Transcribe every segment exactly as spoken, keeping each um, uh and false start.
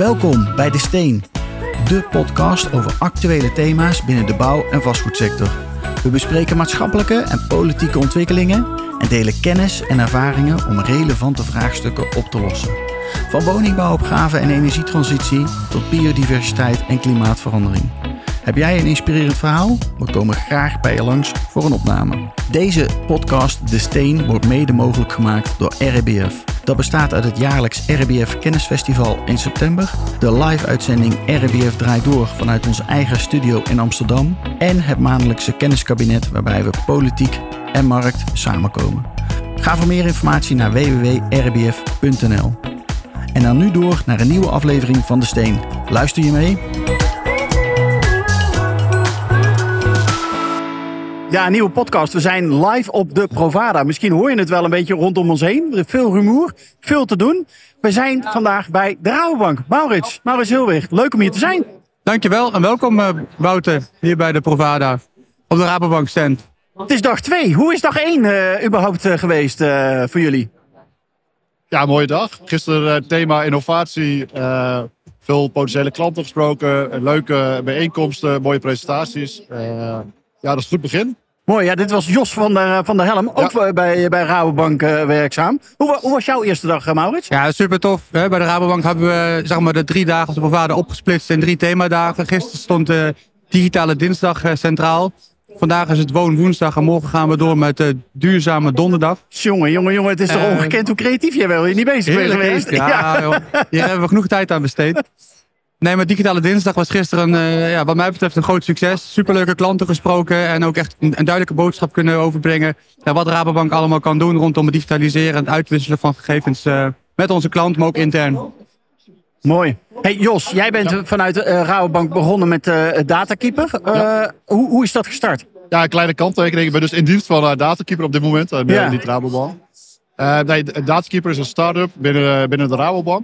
Welkom bij De Steen, de podcast over actuele thema's binnen de bouw- en vastgoedsector. We bespreken maatschappelijke en politieke ontwikkelingen en delen kennis en ervaringen om relevante vraagstukken op te lossen. Van woningbouwopgave en energietransitie tot biodiversiteit en klimaatverandering. Heb jij een inspirerend verhaal? We komen graag bij je langs voor een opname. Deze podcast De Steen wordt mede mogelijk gemaakt door R B F. Dat bestaat uit het jaarlijks R B F Kennisfestival in september, de live-uitzending R B F Draait Door vanuit onze eigen studio in Amsterdam en het maandelijkse kenniskabinet waarbij we politiek en markt samenkomen. Ga voor meer informatie naar w w w punt r b f punt n l. En dan nu door naar een nieuwe aflevering van De Steen. Luister je mee? Ja, een nieuwe podcast. We zijn live op de Provada. Misschien hoor je het wel een beetje rondom ons heen. Er is veel rumoer, veel te doen. We zijn vandaag bij de Rabobank. Maurits, Maurits Hilwig, leuk om hier te zijn. Dankjewel en welkom uh, Wouter, hier bij de Provada, op de Rabobank stand. Het is dag twee. Hoe is dag één uh, überhaupt uh, geweest uh, voor jullie? Ja, mooie dag. Gisteren uh, thema innovatie. Uh, veel potentiële klanten gesproken. Leuke bijeenkomsten, mooie presentaties. Uh, ja, dat is een goed begin. Mooi, ja, dit was Jos van der, van der Helm, ook ja. bij, bij Rabobank uh, werkzaam. Hoe, hoe was jouw eerste dag, Maurits? Ja, super tof. Hè? Bij de Rabobank hebben we zeg maar, de drie dagen op de Provada opgesplitst in drie themadagen. Gisteren stond de uh, digitale dinsdag uh, centraal. Vandaag is het woonwoensdag en morgen gaan we door met de duurzame donderdag. Jongen, jongen, jongen, het is toch uh, ongekend hoe creatief jij wel hier niet bezig bent geweest. Ja, ja. Joh, hier hebben we genoeg tijd aan besteed. Nee, maar digitale dinsdag was gisteren uh, ja, wat mij betreft een groot succes. Superleuke klanten gesproken en ook echt een, een duidelijke boodschap kunnen overbrengen. Ja, wat Rabobank allemaal kan doen rondom het digitaliseren en het uitwisselen van gegevens uh, met onze klant, maar ook intern. Mooi. Hey Jos, jij bent ja. vanuit uh, Rabobank begonnen met uh, Datakeeper. Uh, ja. hoe, hoe is dat gestart? Ja, een kleine kanttekening. Ik ben dus in dienst van uh, Datakeeper op dit moment, uh, ja. niet Rabobank. Uh, nee, Datakeeper is een start-up binnen, binnen de Rabobank.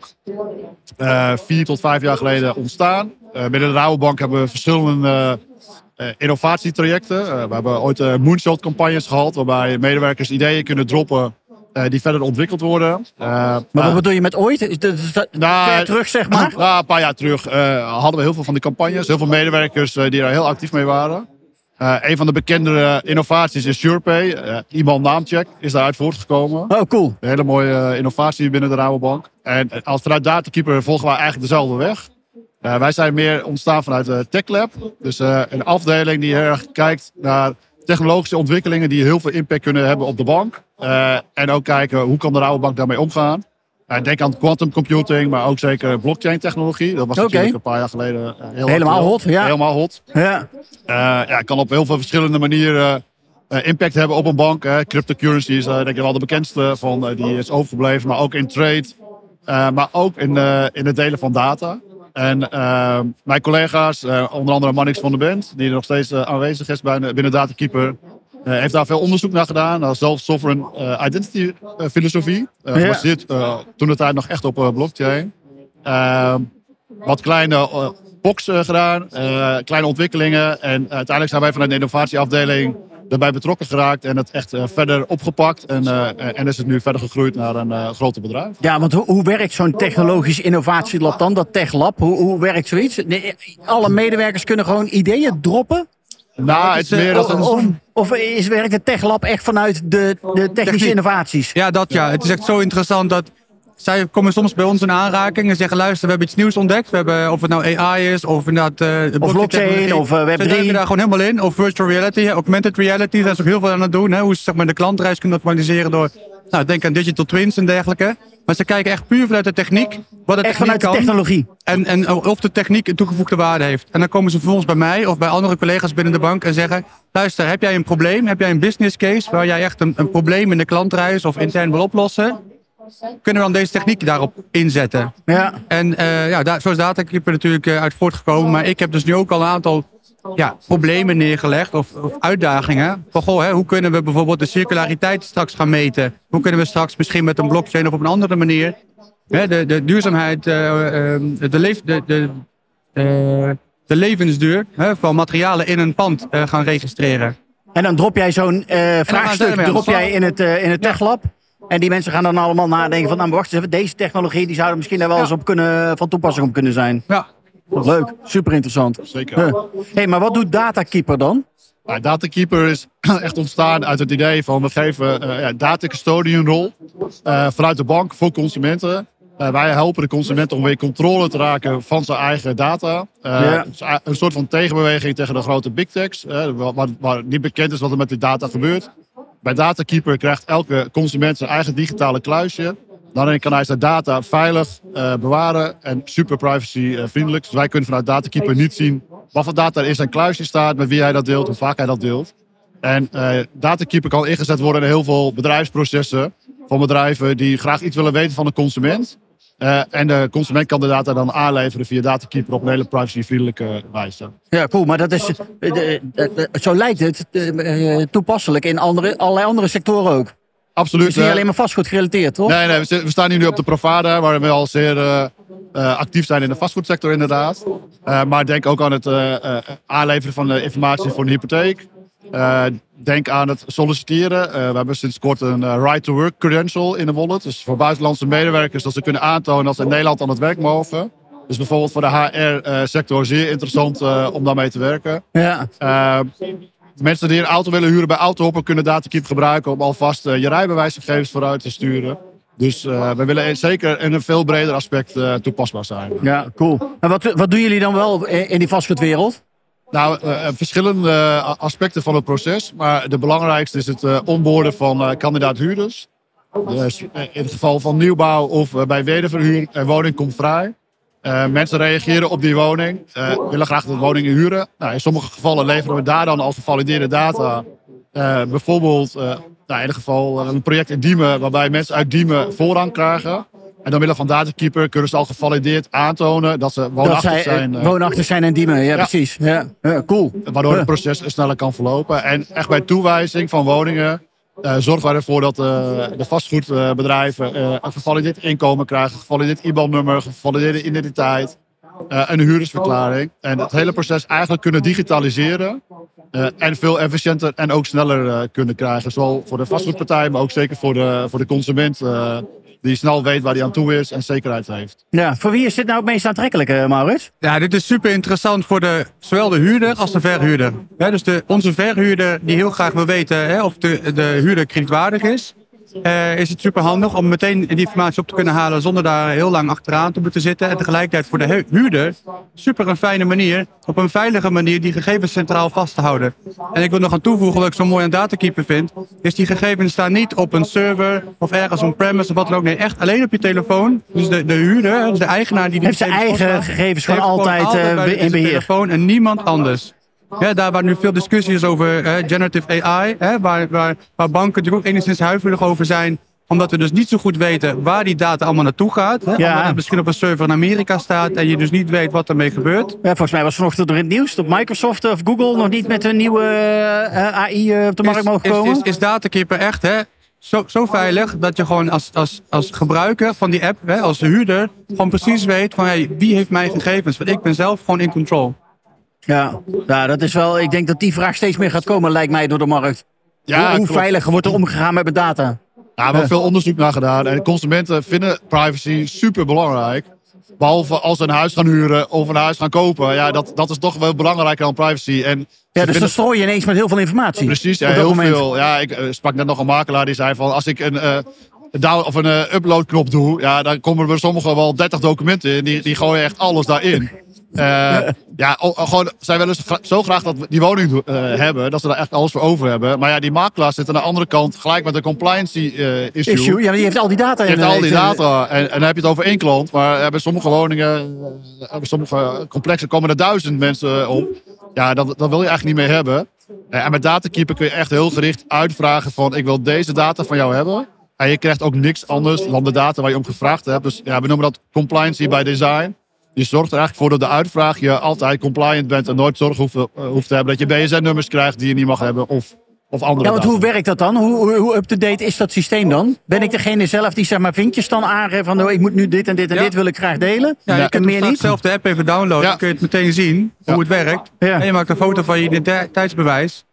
Uh, vier tot vijf jaar geleden ontstaan. Uh, binnen de Rabobank hebben we verschillende uh, innovatietrajecten. Uh, we hebben ooit uh, moonshot-campagnes gehad, waarbij medewerkers ideeën kunnen droppen uh, die verder ontwikkeld worden. Uh, maar uh, wat bedoel je met ooit? Is dat, is dat nou, ver terug, zeg maar? Nou, een paar jaar terug uh, hadden we heel veel van die campagnes. Heel veel medewerkers uh, die daar heel actief mee waren. Uh, een van de bekendere innovaties is SurePay. Uh, iemand naamcheck is daaruit voortgekomen. Oh, cool. Een hele mooie uh, innovatie binnen de Rabobank. En als vanuit Datakeeper volgen wij eigenlijk dezelfde weg. Uh, wij zijn meer ontstaan vanuit uh, TechLab. Dus uh, een afdeling die heel erg kijkt naar technologische ontwikkelingen die heel veel impact kunnen hebben op de bank. Uh, en ook kijken hoe kan de Rabobank daarmee omgaan. Uh, denk aan quantum computing, maar ook zeker blockchain technologie. Dat was okay. natuurlijk een paar jaar geleden uh, heel Helemaal hot. Ja. Helemaal hot. Ja. Uh, ja, kan op heel veel verschillende manieren uh, impact hebben op een bank. Uh, cryptocurrency is uh, denk ik wel de bekendste van. Uh, die is overgebleven, maar ook in trade. Uh, maar ook in, uh, in het delen van data. En uh, mijn collega's, uh, onder andere Mannix van de Bent, die er nog steeds uh, aanwezig is bij, binnen Datakeeper, Uh, heeft daar veel onderzoek naar gedaan. Uh, zelf sovereign uh, identity uh, filosofie. Uh, ja. Gebaseerd uh, toen de tijd nog echt op uh, blockchain. Uh, wat kleine uh, box uh, gedaan. Uh, kleine ontwikkelingen. En uh, uiteindelijk zijn wij vanuit de innovatieafdeling erbij betrokken geraakt. En het echt uh, verder opgepakt. En, uh, en is het nu verder gegroeid naar een uh, groter bedrijf. Ja, want hoe, hoe werkt zo'n technologisch innovatielab dan? Dat TechLab, hoe, hoe werkt zoiets? Nee, alle medewerkers kunnen gewoon ideeën droppen? Nou, het is meer dat een... Of, of is, werkt het TechLab echt vanuit de, de technische innovaties? Ja, dat ja. Het is echt zo interessant dat zij komen soms bij ons in aanraking en zeggen: luister, we hebben iets nieuws ontdekt. We hebben, of het nou A I is, of inderdaad uh, of blockchain, of uh, web drie. Ze duiken daar gewoon helemaal in. Of virtual reality, augmented reality. Daar is ook heel veel aan het doen. Hè? Hoe ze zeg maar, de klantreis kunnen optimaliseren door, nou, denk aan digital twins en dergelijke. Maar ze kijken echt puur vanuit de techniek. Wat de echt vanuit de technologie. En, en of de techniek een toegevoegde waarde heeft. En dan komen ze vervolgens bij mij of bij andere collega's binnen de bank en zeggen: luister, heb jij een probleem? Heb jij een business case waar jij echt een, een probleem in de klantreis of intern wil oplossen? Kunnen we dan deze techniek daarop inzetten? Ja. En uh, ja, daar, zo is Datakeeper natuurlijk uh, uit voortgekomen. Maar ik heb dus nu ook al een aantal ja, problemen neergelegd of, of uitdagingen. Van, goh, hè, hoe kunnen we bijvoorbeeld de circulariteit straks gaan meten? Hoe kunnen we straks misschien met een blockchain of op een andere manier hè, de, de duurzaamheid, uh, uh, de, leef, de, de, uh, de levensduur hè, van materialen in een pand uh, gaan registreren? En dan drop jij zo'n uh, vraagstuk drop jij in het, uh, in het TechLab. En die mensen gaan dan allemaal nadenken van, nou, wacht eens even, deze technologie, die zou er misschien daar wel Ja. eens op kunnen, van toepassing op kunnen zijn. Ja. Leuk, super interessant. Zeker. Hé, hey, maar wat doet Datakeeper dan? Nou, Datakeeper is echt ontstaan uit het idee van we geven uh, ja, data custodian rol uh, vanuit de bank voor consumenten. Uh, wij helpen de consument om weer controle te raken van zijn eigen data. Uh, Ja. dus een soort van tegenbeweging tegen de grote big techs. Uh, waar, waar niet bekend is wat er met die data gebeurt. Bij Datakeeper krijgt elke consument zijn eigen digitale kluisje. Daarin kan hij zijn data veilig uh, bewaren en super privacy uh, vriendelijk. Dus wij kunnen vanuit Datakeeper niet zien wat voor data er in zijn kluisje staat, met wie hij dat deelt, hoe vaak hij dat deelt. En uh, Datakeeper kan ingezet worden in heel veel bedrijfsprocessen van bedrijven die graag iets willen weten van de consument. Uh, en de consument kan de data dan aanleveren via Datakeeper op een hele privacyvriendelijke wijze. Ja, cool, maar dat is, uh, uh, uh, zo lijkt het uh, toepasselijk in andere, allerlei andere sectoren ook. Absoluut. Het is niet alleen maar vastgoed gerelateerd, toch? Nee, nee, we staan hier nu op de Provada, waar we al zeer uh, uh, actief zijn in de vastgoedsector inderdaad. Uh, maar denk ook aan het uh, uh, aanleveren van de informatie voor een hypotheek. Uh, denk aan het solliciteren. Uh, we hebben sinds kort een uh, right-to-work credential in de wallet. Dus voor buitenlandse medewerkers dat ze kunnen aantonen dat ze in Nederland aan het werk mogen. Dus bijvoorbeeld voor de H R-sector zeer interessant uh, om daarmee te werken. Ja. Uh, Mensen die een auto willen huren bij Autohopper kunnen Datakeeper gebruiken om alvast uh, je rijbewijsgegevens vooruit te sturen. Dus uh, we willen zeker in een veel breder aspect uh, toepasbaar zijn. Ja, cool. En wat, wat doen jullie dan wel in die vastgoedwereld? Nou, uh, verschillende uh, aspecten van het proces. Maar de belangrijkste is het uh, onboarden van uh, kandidaat-huurders. Dus uh, in het geval van nieuwbouw of uh, bij wederverhuur, een woning komt vrij. Uh, mensen reageren op die woning, uh, willen graag de woning huren. Nou, in sommige gevallen leveren we daar dan al gevalideerde data. Uh, bijvoorbeeld uh, nou, in ieder geval uh, een project in Diemen waarbij mensen uit Diemen voorrang krijgen. En door middel van Datakeeper kunnen ze al gevalideerd aantonen dat ze woonachtig dat zij, zijn. Uh, woonachtig zijn in Diemen, ja, ja. precies. Ja. Ja, cool. Waardoor het proces sneller kan verlopen. En echt bij toewijzing van woningen Uh, zorgen wij ervoor dat uh, de vastgoedbedrijven uh, een gevalideerd inkomen krijgen, een gevalideerd I B A N-nummer, een gevalideerde identiteit, uh, een huurdersverklaring. En het hele proces eigenlijk kunnen digitaliseren uh, en veel efficiënter en ook sneller uh, kunnen krijgen. Zowel voor de vastgoedpartij, maar ook zeker voor de, voor de consument. Uh, die snel weet waar hij aan toe is en zekerheid heeft. Ja, voor wie is dit nou het meest aantrekkelijk, uh, Maurits? Ja, dit is super interessant voor de, zowel de huurder als de verhuurder. Ja, dus de, onze verhuurder die heel graag wil weten hè, of de, de huurder kredietwaardig is. Uh, is het super handig om meteen die informatie op te kunnen halen zonder daar heel lang achteraan te moeten zitten. En tegelijkertijd voor de huurder super een fijne manier, op een veilige manier, die gegevens centraal vast te houden. En ik wil nog aan toevoegen wat ik zo mooi aan Datakeeper vind, is die gegevens staan niet op een server of ergens on-premise of wat dan ook. Nee, echt alleen op je telefoon. Dus de, de huurder, dus de eigenaar die die heeft zijn eigen gegevens gewoon altijd, altijd uh, in beheer. Telefoon en niemand anders. Ja, daar waar nu veel discussie is over uh, generative A I, hè, waar, waar, waar banken natuurlijk ook enigszins huiverig over zijn, omdat we dus niet zo goed weten waar die data allemaal naartoe gaat. Hè, ja. Omdat het misschien op een server in Amerika staat en je dus niet weet wat ermee gebeurt. Ja, volgens mij was vanochtend er in het nieuws dat Microsoft of Google nog niet met een nieuwe uh, A I uh, op de markt mogen komen. Is, is, is Datakeeper echt hè, zo, zo veilig dat je gewoon als, als, als gebruiker van die app, hè, als huurder, gewoon precies weet van hey, wie heeft mijn gegevens? Want ik ben zelf gewoon in control. Ja, ja, dat is wel. Ik denk dat die vraag steeds meer gaat komen, lijkt mij, door de markt. Ja, hoe hoe veilig wordt er omgegaan met mijn data? Ja, we hebben veel onderzoek naar gedaan. En consumenten vinden privacy super belangrijk. Behalve als ze een huis gaan huren of een huis gaan kopen. Ja, dat, dat is toch wel belangrijker dan privacy. En ja, dus vinden... dan strooi je ineens met heel veel informatie. Precies, ja, heel moment. veel. Ja, ik uh, sprak net nog een makelaar die zei van als ik een, uh, down, of een uh, uploadknop doe, ja, dan komen er sommigen wel dertig documenten in. Die, die gooien echt alles daarin. Uh, ja, o, o, gewoon, zij willen zo graag dat we die woning uh, hebben, dat ze daar echt alles voor over hebben. Maar ja, die makelaar zit aan de andere kant gelijk met een compliancy uh, issue. issue. Ja, die heeft al die data. Die heeft al die data. En, en dan heb je het over één klant, maar hebben sommige woningen, hebben sommige complexen komen er duizend mensen op. Ja, dat, dat wil je eigenlijk niet meer hebben. En met Datakeeper kun je echt heel gericht uitvragen van ik wil deze data van jou hebben. En je krijgt ook niks anders dan de data waar je om gevraagd hebt. Dus ja, we noemen dat compliancy by design. Je zorgt er eigenlijk voor dat de uitvraag je altijd compliant bent en nooit zorgen hoeft, uh, hoeft te hebben dat je B S N-nummers krijgt die je niet mag hebben of, of andere ja, want data. Hoe werkt dat dan? Hoe, hoe, hoe up-to-date is dat systeem dan? Ben ik degene zelf die zeg maar vinkjes dan aangeeft van oh, ik moet nu dit en dit en ja. dit wil ik graag delen? Ja, ja. je kunt meer niet. zelf de app even downloaden, ja. Dan kun je het meteen zien hoe ja. het werkt. Ja. En je maakt een foto van je identiteitsbewijs.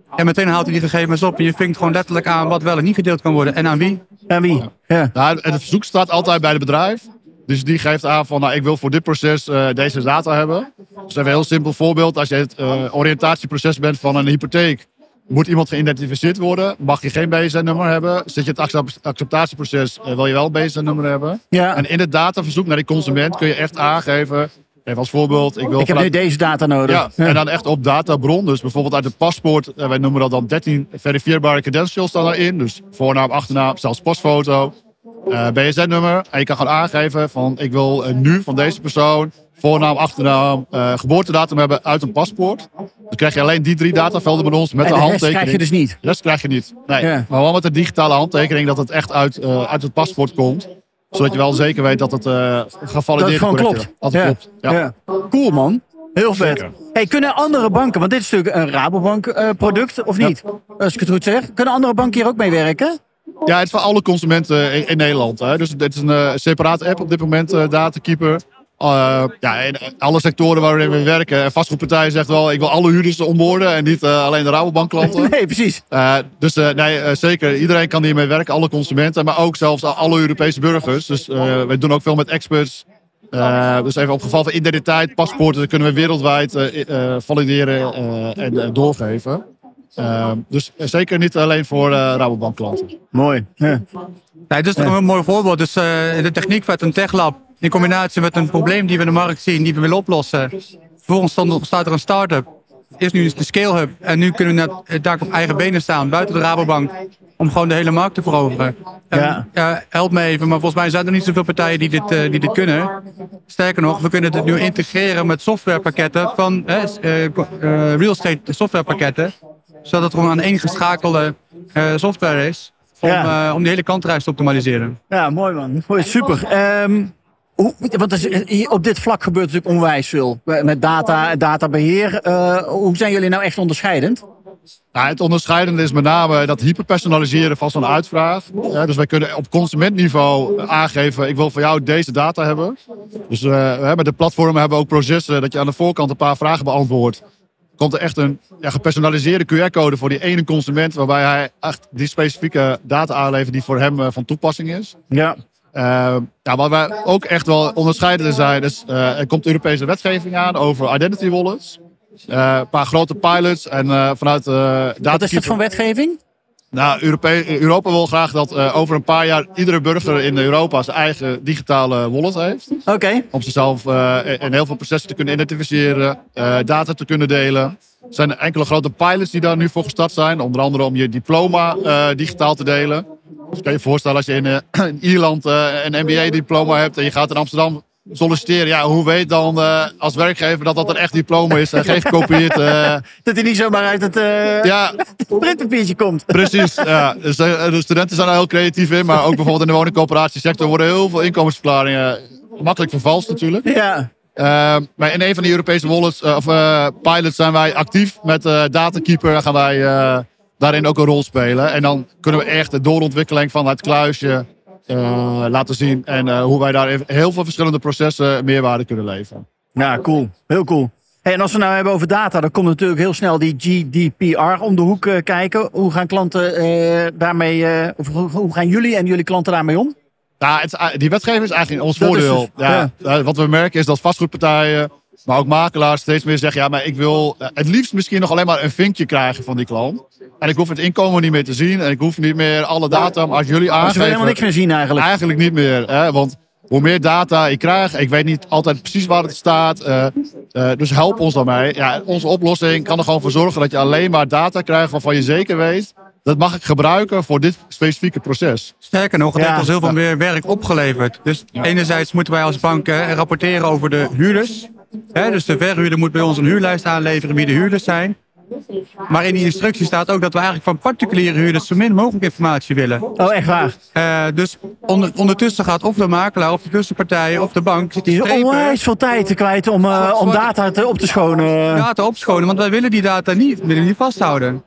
En meteen haalt hij die gegevens op en je vinkt gewoon letterlijk aan wat wel en niet gedeeld kan worden. En aan wie? Aan wie? Ja. Nou, het verzoek staat altijd bij het bedrijf. Dus die geeft aan van, nou, ik wil voor dit proces uh, deze data hebben. Dus even een heel simpel voorbeeld. Als je het uh, oriëntatieproces bent van een hypotheek, moet iemand geïdentificeerd worden. Mag je geen B S N-nummer hebben. Zit je het acceptatieproces, uh, wil je wel een B S N-nummer hebben. Ja. En in het dataverzoek naar die consument kun je echt aangeven, even als voorbeeld. Ik, wil ik heb vanuit... nu deze data nodig. Ja, ja, en dan echt op databron. Dus bijvoorbeeld uit het paspoort. Uh, wij noemen dat dan dertien verifieerbare credentials staan erin. Dus voornaam, achternaam, zelfs pasfoto. Uh, B S N-nummer. En je kan gewoon aangeven van ik wil uh, nu van deze persoon voornaam, achternaam, uh, geboortedatum hebben uit een paspoort. Dan krijg je alleen die drie datavelden met ons met en de, de handtekening. rest krijg je dus niet? De rest krijg je niet. Nee. Ja. Maar wel met de digitale handtekening dat het echt uit, uh, uit het paspoort komt. Zodat je wel zeker weet dat het uh, gevalideerd dat het gewoon is. klopt. Dat het Ja. klopt. Ja. Ja. Cool man. Heel vet. Zeker. Hey, kunnen andere banken, want dit is natuurlijk een Rabobank uh, product, of niet? Als ik het goed zeg. Kunnen andere banken hier ook mee werken? Ja, het is voor alle consumenten in, in Nederland. Hè. Dus dit is een uh, separate app op dit moment, uh, Datakeeper. Uh, ja, in alle sectoren waarin we werken. En vastgoedpartijen zegt wel, ik wil alle huurders onboarden en niet uh, alleen de Rabobank klanten. Nee, precies. Uh, dus uh, nee, uh, zeker. Iedereen kan hiermee werken, alle consumenten. Maar ook zelfs alle Europese burgers. Dus uh, we doen ook veel met experts. Uh, dus even op geval van identiteit, paspoorten, dat kunnen we wereldwijd uh, uh, valideren uh, en uh, doorgeven. Uh, dus uh, zeker niet alleen voor uh, Rabobank klanten. Mooi. Ja. Nee, dit is toch een mooi voorbeeld. Dus uh, de techniek vanuit een techlab in combinatie met een probleem die we in de markt zien, die we willen oplossen. Vervolgens staat er een start-up. Is nu de Scale Hub. En nu kunnen we net, daar op eigen benen staan, buiten de Rabobank. Om gewoon de hele markt te veroveren. Ja. En, uh, help me even, maar volgens mij zijn er niet zoveel partijen die dit, uh, die dit kunnen. Sterker nog, we kunnen dit nu integreren met softwarepakketten van uh, uh, real estate softwarepakketten. Zodat het gewoon aan één geschakelde uh, software is. Om, Ja. uh, om die hele klantreis te optimaliseren. Ja, mooi man. Mooi, super. Um, hoe, want er is, hier, op dit vlak gebeurt natuurlijk onwijs veel. Met data en databeheer. Uh, hoe zijn jullie nou echt onderscheidend? Nou, het onderscheidende is met name dat hyperpersonaliseren van zo'n uitvraag. Ja, dus wij kunnen op consumentniveau aangeven, ik wil van jou deze data hebben. Dus uh, met de platformen hebben we ook processen dat je aan de voorkant een paar vragen beantwoordt. Komt er echt een ja, gepersonaliseerde Q R-code voor die ene consument, waarbij hij echt die specifieke data aanlevert die voor hem uh, van toepassing is. Ja. Uh, ja, waar wij ook echt wel onderscheidend zijn, is uh, er komt Europese wetgeving aan over identity wallets. Uh, een paar grote pilots en uh, vanuit uh, Datakeeper. Wat is dat voor wetgeving? Nou, Europe- Europa wil graag dat uh, over een paar jaar iedere burger in Europa zijn eigen digitale wallet heeft. Oké. Okay. Om zichzelf uh, in heel veel processen te kunnen identificeren, uh, data te kunnen delen. Er zijn enkele grote pilots die daar nu voor gestart zijn. Onder andere om je diploma uh, digitaal te delen. Dus kan je je voorstellen als je in, uh, in Ierland uh, een M B A-diploma hebt en je gaat in Amsterdam solliciteren. Ja, hoe weet dan uh, als werkgever dat dat een echt diploma is en geen gekopieerd. Uh... Dat hij niet zomaar uit het, uh, ja. het printpapiertje komt. Precies, ja. Dus de, de studenten zijn er heel creatief in, maar ook bijvoorbeeld in de woningcoöperatiesector worden heel veel inkomensverklaringen makkelijk vervalst natuurlijk. Ja. Uh, maar in een van die Europese wallets, uh, of uh, pilots zijn wij actief met uh, Datakeeper. Dan gaan wij uh, daarin ook een rol spelen. En dan kunnen we echt de doorontwikkeling van het kluisje Uh, laten zien. En uh, hoe wij daar heel veel verschillende processen meerwaarde kunnen leveren. Ja, cool. Heel cool. Hey, en als we nou hebben over data, dan komt natuurlijk heel snel die G D P R om de hoek uh, kijken. Hoe gaan klanten uh, daarmee, uh, of hoe gaan jullie en jullie klanten daarmee om? Nou, het, die wetgeving is eigenlijk in ons Dat voordeel. Dus, ja, ja. Wat we merken is dat vastgoedpartijen, maar ook makelaars steeds meer zeggen, ja, maar ik wil uh, het liefst misschien nog alleen maar een vinkje krijgen van die klant. En ik hoef het inkomen niet meer te zien. En ik hof niet meer alle data. Maar als jullie aangeven... Als we helemaal niks meer zien eigenlijk. Eigenlijk niet meer. Hè? Want hoe meer data ik krijg... Ik weet niet altijd precies waar het staat. Uh, uh, dus help ons daarmee. Ja, onze oplossing kan er gewoon voor zorgen dat je alleen maar data krijgt waarvan je zeker weet... Dat mag ik gebruiken voor dit specifieke proces. Sterker nog, het ja. heeft ons heel veel meer werk opgeleverd. Dus ja. enerzijds moeten wij als bank eh, rapporteren over de huurders. Hè, dus de verhuurder moet bij ons een huurlijst aanleveren wie de huurders zijn. Maar in die instructie staat ook dat we eigenlijk van particuliere huurders zo min mogelijk informatie willen. Oh, echt waar? Uh, dus onder, ondertussen gaat of de makelaar of de tussenpartijen of de bank... Het is onwijs veel tijd te kwijt om, uh, om data te, op te schonen. Data opschonen, want wij willen die data niet, willen niet vasthouden. Nee.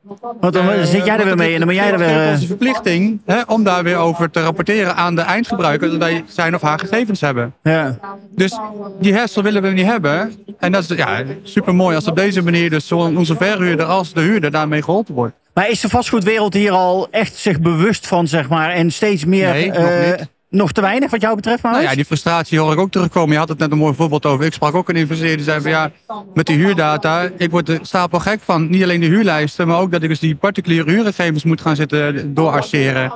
Want dan uh, zit jij er weer mee en dan ben jij er weer... Uh... onze verplichting hè, om daar weer over te rapporteren aan de eindgebruiker dat wij zijn of haar gegevens hebben. Ja. Dus die hassle willen we niet hebben. En dat is ja, super mooi als op deze manier dus onze verhuurder als de huurder daarmee geholpen wordt. Maar is de vastgoedwereld hier al echt zich bewust van, zeg maar, en steeds meer... Nee, uh, nog niet. Nog te weinig wat jou betreft, Maurits? Nou ja, die frustratie hoor ik ook terugkomen. Je had het net een mooi voorbeeld over. Ik sprak ook een investeerder die zei van ja, met die huurdata, ik word er stapel gek van. Niet alleen de huurlijsten, maar ook dat ik dus die particuliere huurgegevens moet gaan zitten doorarcheren.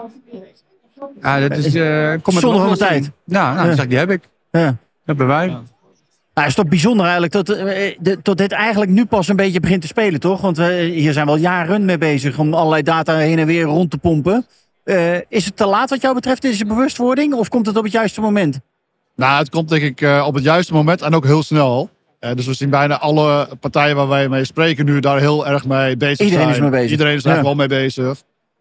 Ja, dat is... Uh, kom met Zonder van de tijd. Ja, nou, ja. Zeg, die heb ik. Ja. Dat hebben wij. Ja. Nou, het is toch bijzonder eigenlijk dat, uh, de, dat dit eigenlijk nu pas een beetje begint te spelen, toch? Want uh, hier zijn we al jaren mee bezig om allerlei data heen en weer rond te pompen. Uh, is het te laat wat jou betreft, deze bewustwording? Of komt het op het juiste moment? Nou, het komt denk ik uh, op het juiste moment en ook heel snel. Uh, dus we zien bijna alle partijen waar wij mee spreken nu daar heel erg mee bezig Iedereen zijn. is mee bezig. Iedereen is er ja. echt wel mee bezig.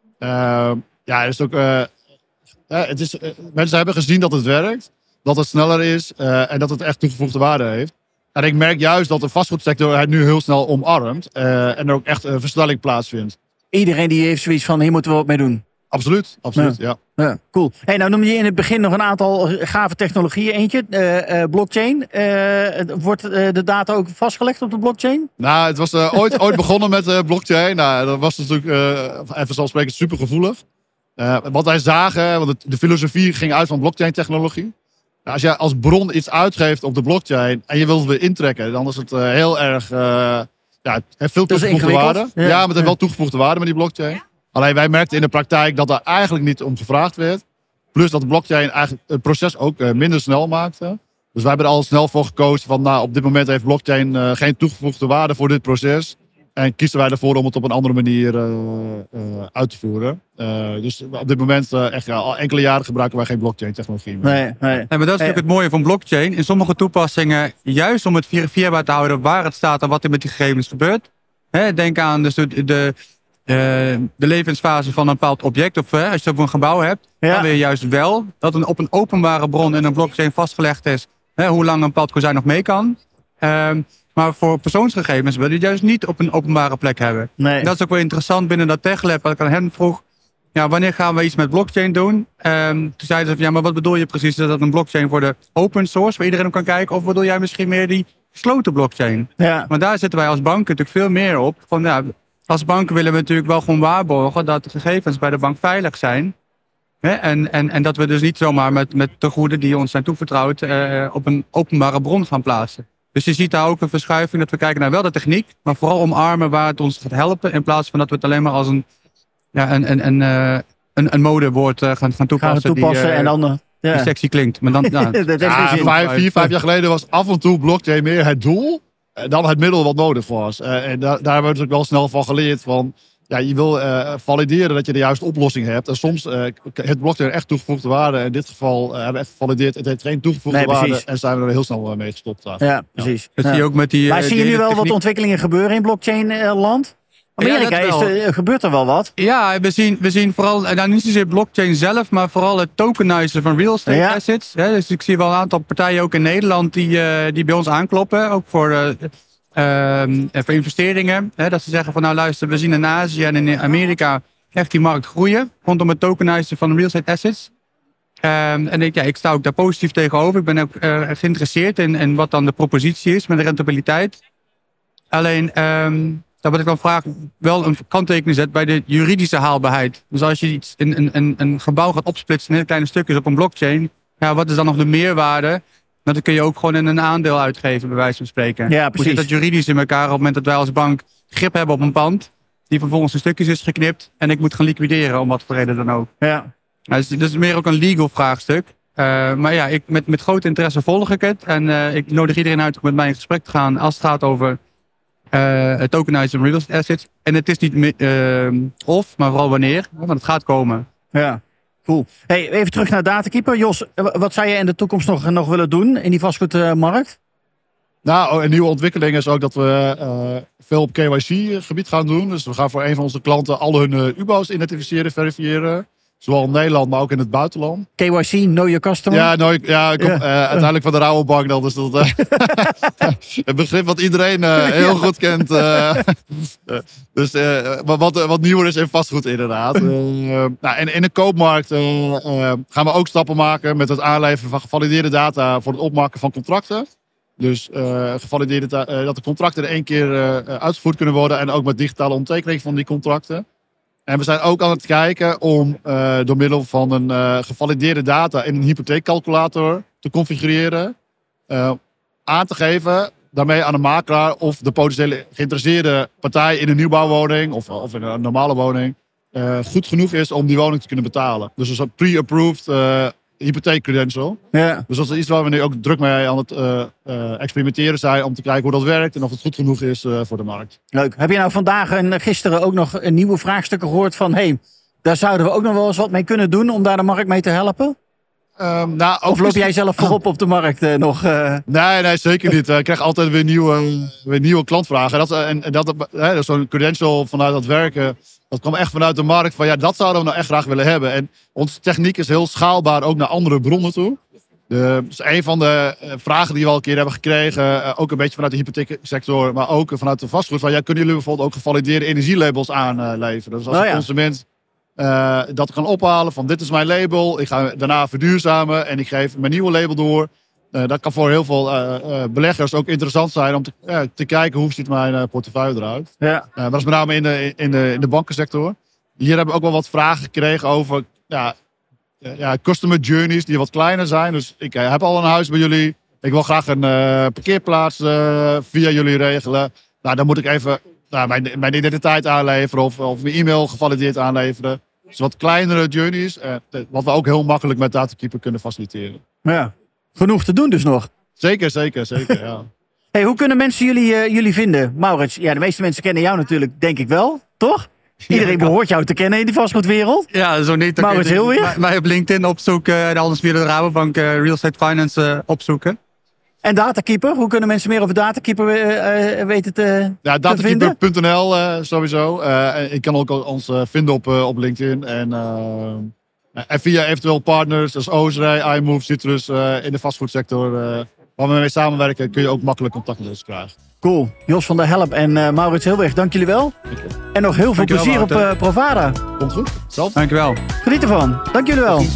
Uh, ja, het is ook, uh, uh, het is, uh, mensen hebben gezien dat het werkt. Dat het sneller is uh, en dat het echt toegevoegde waarde heeft. En ik merk juist dat de vastgoedsector het nu heel snel omarmt. Uh, en er ook echt een versnelling plaatsvindt. Iedereen die heeft zoiets van, hier moeten we wat mee doen. Absoluut, absoluut, ja. ja. ja cool. Hey, nou noemde je in het begin nog een aantal gave technologieën. Eentje, uh, uh, blockchain. Uh, wordt uh, de data ook vastgelegd op de blockchain? Nou, het was uh, ooit, ooit begonnen met uh, blockchain. Nou, dat was natuurlijk, uh, even vanzelfsprekend, super gevoelig. Uh, wat wij zagen, want het, de filosofie ging uit van blockchain technologie. Nou, als je als bron iets uitgeeft op de blockchain en je wilt het weer intrekken, dan is het uh, heel erg, uh, ja, het heeft veel toegevoegde waarde. Ja, ja, maar het heeft wel toegevoegde waarde met die blockchain. Alleen wij merkten in de praktijk dat daar eigenlijk niet om gevraagd werd. Plus dat de blockchain eigenlijk het proces ook uh, minder snel maakte. Dus wij hebben er al snel voor gekozen van nou, op dit moment heeft blockchain uh, geen toegevoegde waarde voor dit proces. En kiezen wij ervoor om het op een andere manier uh, uh, uit te voeren. Uh, dus op dit moment, uh, echt ja, al enkele jaren gebruiken wij geen blockchain technologie meer. Nee, nee. Nee, maar dat is natuurlijk het mooie van blockchain. In sommige toepassingen, juist om het verifieerbaar te houden waar het staat en wat er met die gegevens gebeurt. Hè, denk aan dus de... de Uh, de levensfase van een bepaald object. Of uh, als je het op een gebouw hebt. Ja. Dan wil je juist wel dat een, op een openbare bron in een blockchain vastgelegd is. Hè, hoe lang een bepaald kozijn nog mee kan. Uh, maar voor persoonsgegevens wil je het juist niet op een openbare plek hebben. Nee. Dat is ook wel interessant binnen dat TechLab. Wat ik aan hen vroeg. Ja, wanneer gaan we iets met blockchain doen? Uh, toen zeiden ze van ja, maar wat bedoel je precies? Is dat een blockchain voor de open source waar iedereen op kan kijken? Of bedoel jij misschien meer die gesloten blockchain? Ja. Maar daar zitten wij als banken natuurlijk veel meer op. Van ja, als banken willen we natuurlijk wel gewoon waarborgen dat de gegevens bij de bank veilig zijn. Hè? En, en, en dat we dus niet zomaar met, met tegoeden die ons zijn toevertrouwd uh, op een openbare bron gaan plaatsen. Dus je ziet daar ook een verschuiving dat we kijken naar wel de techniek, maar vooral omarmen waar het ons gaat helpen. In plaats van dat we het alleen maar als een, ja, een, een, een, uh, een, een modewoord uh, gaan, gaan toepassen. Gaan we toepassen die, uh, en dan... Uh, ja. die sexy klinkt. Maar dan, nou, dat ja, vijf, vier, vijf jaar geleden was af en toe blockchain meer het doel dan het middel wat nodig was. Uh, en daar, daar hebben we natuurlijk wel snel van geleerd van... Ja, je wil uh, valideren dat je de juiste oplossing hebt. En soms uh, heeft blockchain echt toegevoegde waarde. In dit geval uh, hebben we echt gevalideerd. Het heeft geen toegevoegde nee, waarde. En zijn we er heel snel uh, mee gestopt. Eigenlijk. Ja, precies. Ja. Dat ja. zie je ook met die, maar uh, zie je nu wel techniek... wat ontwikkelingen gebeuren in blockchain uh, land? Amerika, ja, is er, gebeurt er wel wat? Ja, we zien, we zien vooral, nou niet zozeer blockchain zelf, maar vooral het tokenizen van real estate ja. assets. Ja, dus ik zie wel een aantal partijen ook in Nederland die, uh, die bij ons aankloppen. Ook voor... Uh, Uh, voor investeringen. Hè, dat ze zeggen van nou luister, we zien in Azië en in Amerika echt die markt groeien. Rondom het tokenizen van real estate assets. Uh, en ik, ja, ik sta ook daar positief tegenover. Ik ben ook uh, geïnteresseerd in, in wat dan de propositie is met de rentabiliteit. Alleen, um, daar wat ik dan vraag, wel een kanttekening zet bij de juridische haalbaarheid. Dus als je iets in een, een, een gebouw gaat opsplitsen in hele kleine stukjes op een blockchain. Ja, wat is dan nog de meerwaarde? Dat kun je ook gewoon in een aandeel uitgeven, bij wijze van spreken. Ja, hoe precies. zit dat juridisch in elkaar op het moment dat wij als bank grip hebben op een pand, die vervolgens in stukjes is geknipt en ik moet gaan liquideren om wat voor reden dan ook. Ja. Nou, dus, dus meer ook een legal vraagstuk. Uh, maar ja, ik, met, met groot interesse volg ik het. En uh, ik nodig iedereen uit om met mij in gesprek te gaan als het gaat over uh, het tokenizen van real estate assets. En het is niet uh, of, maar vooral wanneer, want het gaat komen. Ja. Cool. Hey, even terug naar Datakeeper. Jos, wat zou je in de toekomst nog, nog willen doen in die vastgoedmarkt? Nou, een nieuwe ontwikkeling is ook dat we uh, veel op K Y C-gebied gaan doen. Dus we gaan voor een van onze klanten al hun uh, U B O's identificeren, verifiëren. Zowel in Nederland, maar ook in het buitenland. K Y C, Know Your Customer? Ja, nooit, ja, ik kom Ja. uh, uiteindelijk van de Rabobank dan. Dus dat uh, het begrip wat iedereen uh, heel ja. goed kent. Uh, uh, dus uh, wat, wat nieuwer is in vastgoed inderdaad. Uh, nou, en in de koopmarkt uh, uh, gaan we ook stappen maken met het aanleveren van gevalideerde data voor het opmaken van contracten. Dus uh, gevalideerde ta- uh, dat de contracten in één keer uh, uitgevoerd kunnen worden en ook met digitale ondertekening van die contracten. En we zijn ook aan het kijken om uh, door middel van een uh, gevalideerde data in een hypotheekcalculator te configureren. Uh, aan te geven daarmee aan de makelaar of de potentiële geïnteresseerde partij in een nieuwbouwwoning of, of in een normale woning uh, goed genoeg is om die woning te kunnen betalen. Dus een soort pre-approved uh, hypotheekcredential. Ja. Dus dat is iets waar we nu ook druk mee aan het uh, uh, experimenteren zijn om te kijken hoe dat werkt en of het goed genoeg is uh, voor de markt. Leuk. Heb je nou vandaag en gisteren ook nog een nieuwe vraagstukken gehoord van hey, daar zouden we ook nog wel eens wat mee kunnen doen om daar de markt mee te helpen? Um, nou, of loop jij zelf voorop op de markt uh, nog? Uh... Nee, nee, zeker niet. Ik krijg altijd weer nieuwe, weer nieuwe klantvragen. En dat, en, en dat, hè, dat is zo'n credential vanuit dat werken. Dat kwam echt vanuit de markt van ja, dat zouden we nou echt graag willen hebben. En onze techniek is heel schaalbaar ook naar andere bronnen toe. De, dus een van de uh, vragen die we al een keer hebben gekregen, uh, ook een beetje vanuit de hypotheeksector, maar ook vanuit de vastgoed. Van ja, kunnen jullie bijvoorbeeld ook gevalideerde energielabels aanleveren? Dus als oh, een ja. consument uh, dat kan ophalen van dit is mijn label, ik ga daarna verduurzamen en ik geef mijn nieuwe label door. Uh, dat kan voor heel veel uh, uh, beleggers ook interessant zijn om te, uh, te kijken hoe ziet mijn uh, portefeuille eruit. Ja. Uh, dat is met name in de, in, de, in de bankensector. Hier hebben we ook wel wat vragen gekregen over ja, uh, ja, customer journeys die wat kleiner zijn. Dus ik uh, heb al een huis bij jullie. Ik wil graag een uh, parkeerplaats uh, via jullie regelen. Nou, dan moet ik even nou, mijn, mijn identiteit aanleveren of, of mijn e-mail gevalideerd aanleveren. Dus wat kleinere journeys. Uh, wat we ook heel makkelijk met DataKeeper kunnen faciliteren. Ja. Genoeg te doen dus nog. Zeker, zeker, zeker. Ja. Hey, hoe kunnen mensen jullie, uh, jullie vinden? Maurits, ja, de meeste mensen kennen jou natuurlijk, denk ik wel, toch? Iedereen ja, behoort jou te kennen in die vastgoedwereld. Ja, zo niet. Maurits Hilweer. Mij op LinkedIn opzoeken en anders via de Rabobank uh, Real Estate Finance uh, opzoeken. En DataKeeper, hoe kunnen mensen meer over DataKeeper uh, uh, weten te, ja, te vinden? datakeeper punt n l uh, sowieso. Uh, ik kan ook ons uh, vinden op, uh, op LinkedIn. En, uh, en via eventueel partners, zoals Ozerij, iMove, Citrus uh, in de vastgoedsector. Uh, waar we mee samenwerken, kun je ook makkelijk contact met ons krijgen. Cool. Jos van der Help en uh, Maurits Hilweg, dank jullie wel. En nog heel veel plezier op uh, Provada. Komt goed. Zelf. Dankjewel. Geniet ervan. Dank jullie wel.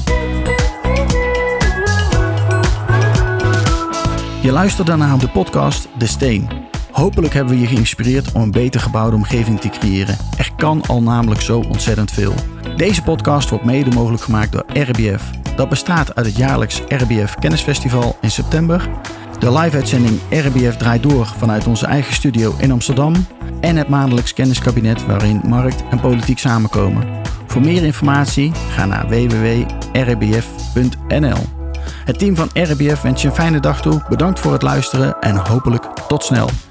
Je luisterde naar de podcast De Steen. Hopelijk hebben we je geïnspireerd om een beter gebouwde omgeving te creëren. Er kan al namelijk zo ontzettend veel. Deze podcast wordt mede mogelijk gemaakt door R B F. Dat bestaat uit het jaarlijks R B F Kennisfestival in september, de live-uitzending R B F Draait Door vanuit onze eigen studio in Amsterdam en het maandelijks kenniskabinet waarin markt en politiek samenkomen. Voor meer informatie ga naar w w w punt r b f punt n l. Het team van R B F wens je een fijne dag toe. Bedankt voor het luisteren en hopelijk tot snel.